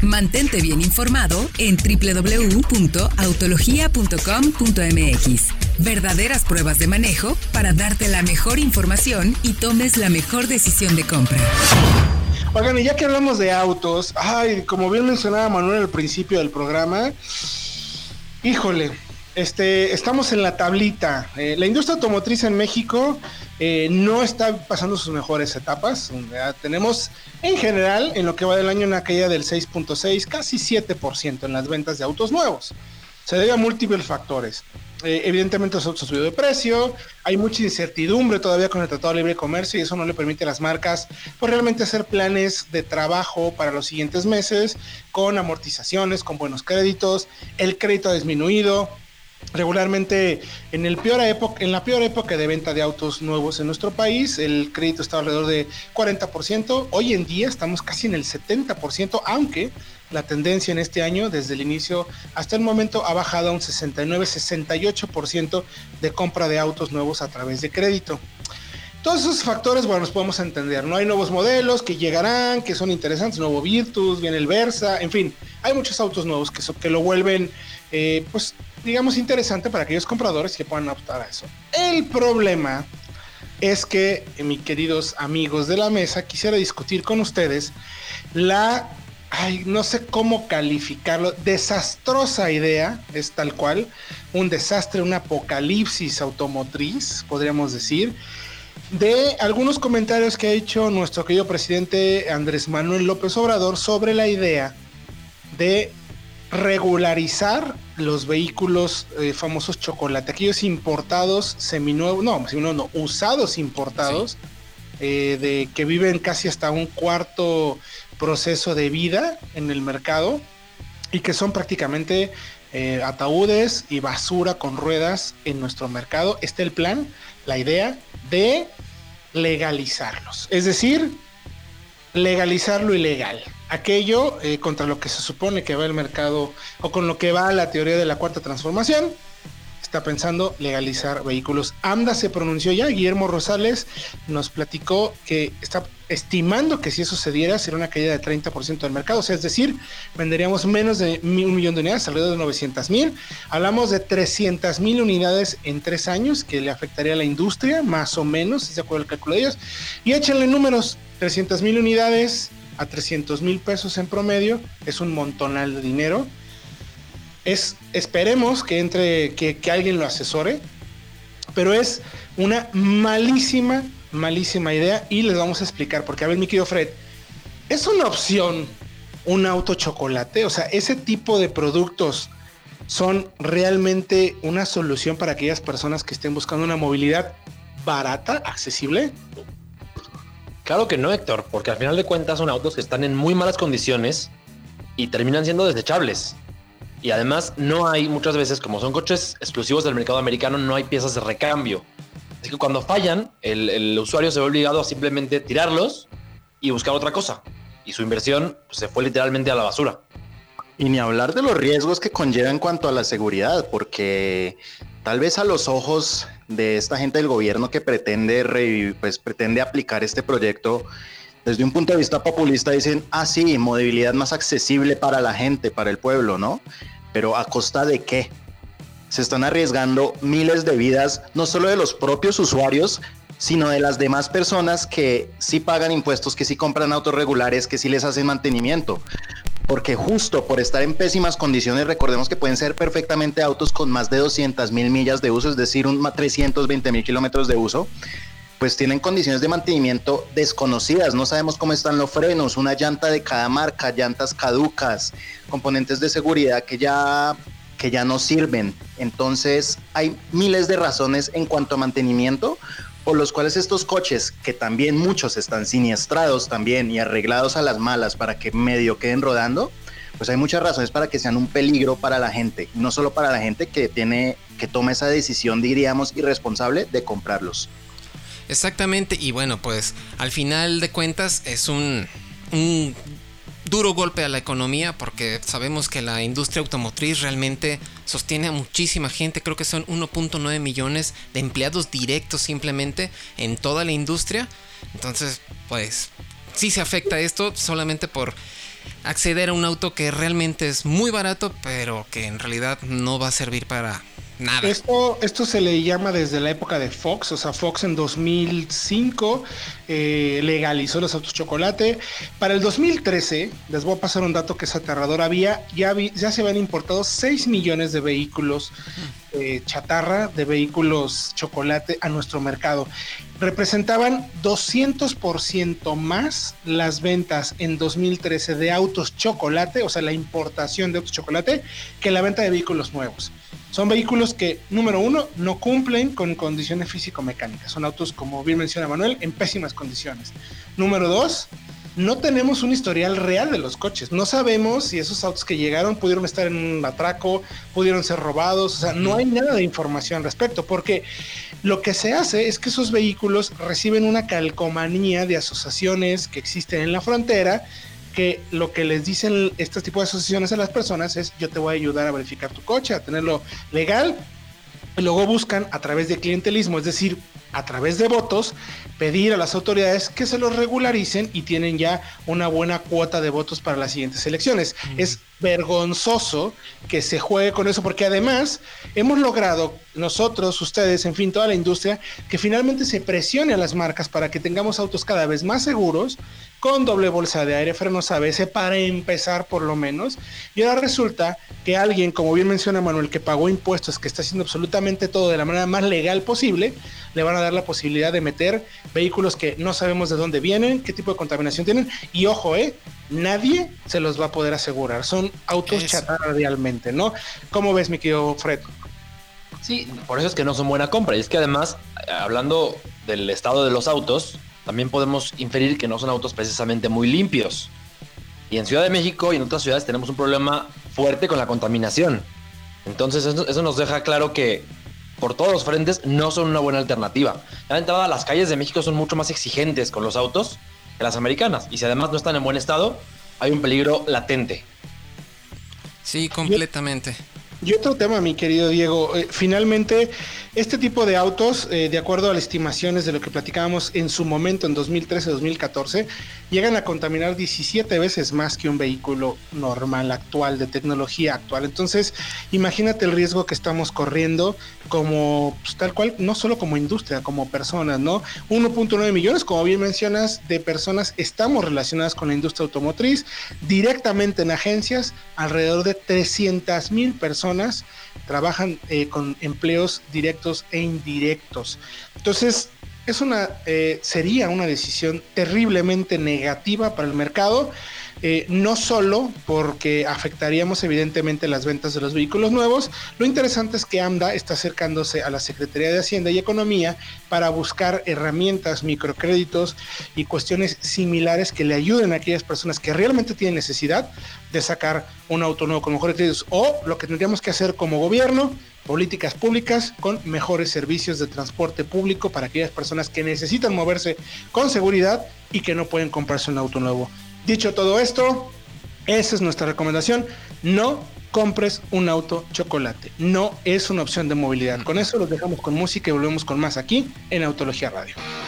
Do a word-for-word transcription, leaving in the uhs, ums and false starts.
Mantente bien informado en doble u doble u doble u punto autología punto com punto m x. Verdaderas pruebas de manejo para darte la mejor información y tomes la mejor decisión de compra. Oigan, y ya que hablamos de autos, ay, como bien mencionaba Manuel al principio del programa, híjole, este, estamos en la tablita. Eh, la industria automotriz en México eh, no está pasando sus mejores etapas. Ya tenemos, en general, en lo que va del año, una caída del seis punto seis, casi siete por ciento en las ventas de autos nuevos. Se debe a múltiples factores. Eh, evidentemente los autos han subido de precio, hay mucha incertidumbre todavía con el Tratado de Libre Comercio y eso no le permite a las marcas pues realmente hacer planes de trabajo para los siguientes meses con amortizaciones, con buenos créditos. El crédito ha disminuido. Regularmente en el peor época, en la peor época de venta de autos nuevos en nuestro país, el crédito estaba alrededor de cuarenta por ciento. Hoy en día estamos casi en el setenta por ciento, aunque la tendencia en este año, desde el inicio hasta el momento, ha bajado a un sesenta y nueve, sesenta y ocho por ciento de compra de autos nuevos a través de crédito. Todos esos factores, bueno, los podemos entender. No hay nuevos modelos que llegarán, que son interesantes, nuevo Virtus, viene el Versa, en fin, hay muchos autos nuevos que, so, que lo vuelven, eh, pues, digamos, interesante para aquellos compradores que puedan optar a eso. El problema es que, eh, mis queridos amigos de la mesa, quisiera discutir con ustedes la... Ay, no sé cómo calificarlo, desastrosa idea, es tal cual, un desastre, un apocalipsis automotriz, podríamos decir, de algunos comentarios que ha hecho nuestro querido presidente Andrés Manuel López Obrador sobre la idea de regularizar los vehículos eh, famosos chocolate, aquellos importados seminuevos, no, seminuevos, no, usados importados, sí. eh, de que viven casi hasta un cuarto proceso de vida en el mercado y que son prácticamente eh, ataúdes y basura con ruedas en nuestro mercado. Está el plan, la idea de legalizarlos, es decir, legalizar lo ilegal, aquello eh, contra lo que se supone que va el mercado o con lo que va la teoría de la cuarta transformación. Está pensando legalizar vehículos. AMDA se pronunció ya, Guillermo Rosales nos platicó que está estimando que si eso se diera sería una caída de treinta por ciento del mercado, o sea, es decir, venderíamos menos de un millón de unidades, alrededor de novecientas mil. Hablamos de trescientas mil unidades en tres años que le afectaría a la industria, más o menos, si se acuerda el cálculo de ellos. Y échenle números, trescientas mil unidades a trescientos mil pesos en promedio, es un montonal de dinero. Es, esperemos que entre, que, que alguien lo asesore, pero es una malísima, malísima idea y les vamos a explicar, porque a ver, mi querido Fred, ¿es una opción un auto chocolate? O sea, ¿ese tipo de productos son realmente una solución para aquellas personas que estén buscando una movilidad barata, accesible? Claro que no, Héctor, porque al final de cuentas son autos que están en muy malas condiciones y terminan siendo desechables. Y además no hay, muchas veces, como son coches exclusivos del mercado americano, no hay piezas de recambio. Así que cuando fallan, el, el usuario se ve obligado a simplemente tirarlos y buscar otra cosa. Y su inversión pues, se fue literalmente a la basura. Y ni hablar de los riesgos que conlleva en cuanto a la seguridad, porque tal vez a los ojos de esta gente del gobierno que pretende, re, pues, pretende aplicar este proyecto, desde un punto de vista populista dicen, ah sí, movilidad más accesible para la gente, para el pueblo, ¿no? Pero ¿a costa de qué? Se están arriesgando miles de vidas, no solo de los propios usuarios, sino de las demás personas que sí pagan impuestos, que sí compran autos regulares, que sí les hacen mantenimiento. Porque justo por estar en pésimas condiciones, recordemos que pueden ser perfectamente autos con más de doscientas mil millas de uso, es decir, un trescientos veinte mil kilómetros de uso, pues tienen condiciones de mantenimiento desconocidas. No sabemos cómo están los frenos, una llanta de cada marca, llantas caducas, componentes de seguridad que ya, que ya no sirven. Entonces hay miles de razones en cuanto a mantenimiento por los cuales estos coches, que también muchos están siniestrados también y arreglados a las malas para que medio queden rodando, pues hay muchas razones para que sean un peligro para la gente, no solo para la gente que tiene, que toma esa decisión, diríamos, irresponsable de comprarlos. Exactamente, y bueno, pues al final de cuentas es un, un duro golpe a la economía, porque sabemos que la industria automotriz realmente sostiene a muchísima gente. Creo que son uno punto nueve millones de empleados directos simplemente en toda la industria. Entonces, pues sí se afecta esto solamente por acceder a un auto que realmente es muy barato, pero que en realidad no va a servir para nada. Esto, esto se le llama desde la época de Fox, o sea, Fox en dos mil cinco eh, legalizó los autos chocolate. Para el dos mil trece, les voy a pasar un dato que es aterrador, había, ya, vi, ya se habían importado seis millones de vehículos eh, chatarra, de vehículos chocolate a nuestro mercado. Representaban doscientos por ciento más las ventas en dos mil trece de autos chocolate, o sea, la importación de autos chocolate, que la venta de vehículos nuevos. Son vehículos que, número uno, no cumplen con condiciones físico-mecánicas. Son autos, como bien menciona Manuel, en pésimas condiciones. Número dos, no tenemos un historial real de los coches. No sabemos si esos autos que llegaron pudieron estar en un atraco, pudieron ser robados. O sea, no hay nada de información al respecto, porque lo que se hace es que esos vehículos reciben una calcomanía de asociaciones que existen en la frontera, que lo que les dicen este tipo de asociaciones a las personas es: yo te voy a ayudar a verificar tu coche, a tenerlo legal. Y luego buscan a través de clientelismo, es decir, a través de votos, pedir a las autoridades que se los regularicen y tienen ya una buena cuota de votos para las siguientes elecciones. Mm. Es vergonzoso que se juegue con eso, porque además hemos logrado nosotros, ustedes, en fin, toda la industria, que finalmente se presione a las marcas para que tengamos autos cada vez más seguros, con doble bolsa de aire, frenos A B S, para empezar por lo menos. Y ahora resulta que alguien, como bien menciona Manuel, que pagó impuestos, que está haciendo absolutamente todo de la manera más legal posible, le van a dar la posibilidad de meter vehículos que no sabemos de dónde vienen, qué tipo de contaminación tienen, y ojo, eh, nadie se los va a poder asegurar. Son autos eso. Chatarra realmente, ¿no? ¿Cómo ves, mi querido Fred? Sí, por eso es que no son buena compra. Y es que además, hablando del estado de los autos, también podemos inferir que no son autos precisamente muy limpios. Y en Ciudad de México y en otras ciudades tenemos un problema fuerte con la contaminación. Entonces eso, eso nos deja claro que por todos los frentes no son una buena alternativa. La entrada a las calles de México son mucho más exigentes con los autos que las americanas. Y si además no están en buen estado, hay un peligro latente. Sí, completamente. Y otro tema, mi querido Diego, eh, finalmente este tipo de autos, eh, de acuerdo a las estimaciones de lo que platicábamos en su momento en dos mil trece dos mil catorce, llegan a contaminar diecisiete veces más que un vehículo normal actual, de tecnología actual. Entonces, imagínate el riesgo que estamos corriendo como, pues, tal cual, no solo como industria, como personas, ¿no? uno punto nueve millones, como bien mencionas, de personas estamos relacionadas con la industria automotriz, directamente en agencias, alrededor de trescientas mil personas trabajan eh, con empleos directos e indirectos. Entonces, es una, eh, sería una decisión terriblemente negativa para el mercado, eh, no solo porque afectaríamos evidentemente las ventas de los vehículos nuevos. Lo interesante es que AMDA está acercándose a la Secretaría de Hacienda y Economía para buscar herramientas, microcréditos y cuestiones similares que le ayuden a aquellas personas que realmente tienen necesidad de sacar un auto nuevo con mejores créditos, o lo que tendríamos que hacer como gobierno, políticas públicas con mejores servicios de transporte público para aquellas personas que necesitan moverse con seguridad y que no pueden comprarse un auto nuevo. Dicho todo esto, esa es nuestra recomendación: no compres un auto chocolate, no es una opción de movilidad. Con eso los dejamos con música y volvemos con más aquí en Autología Radio.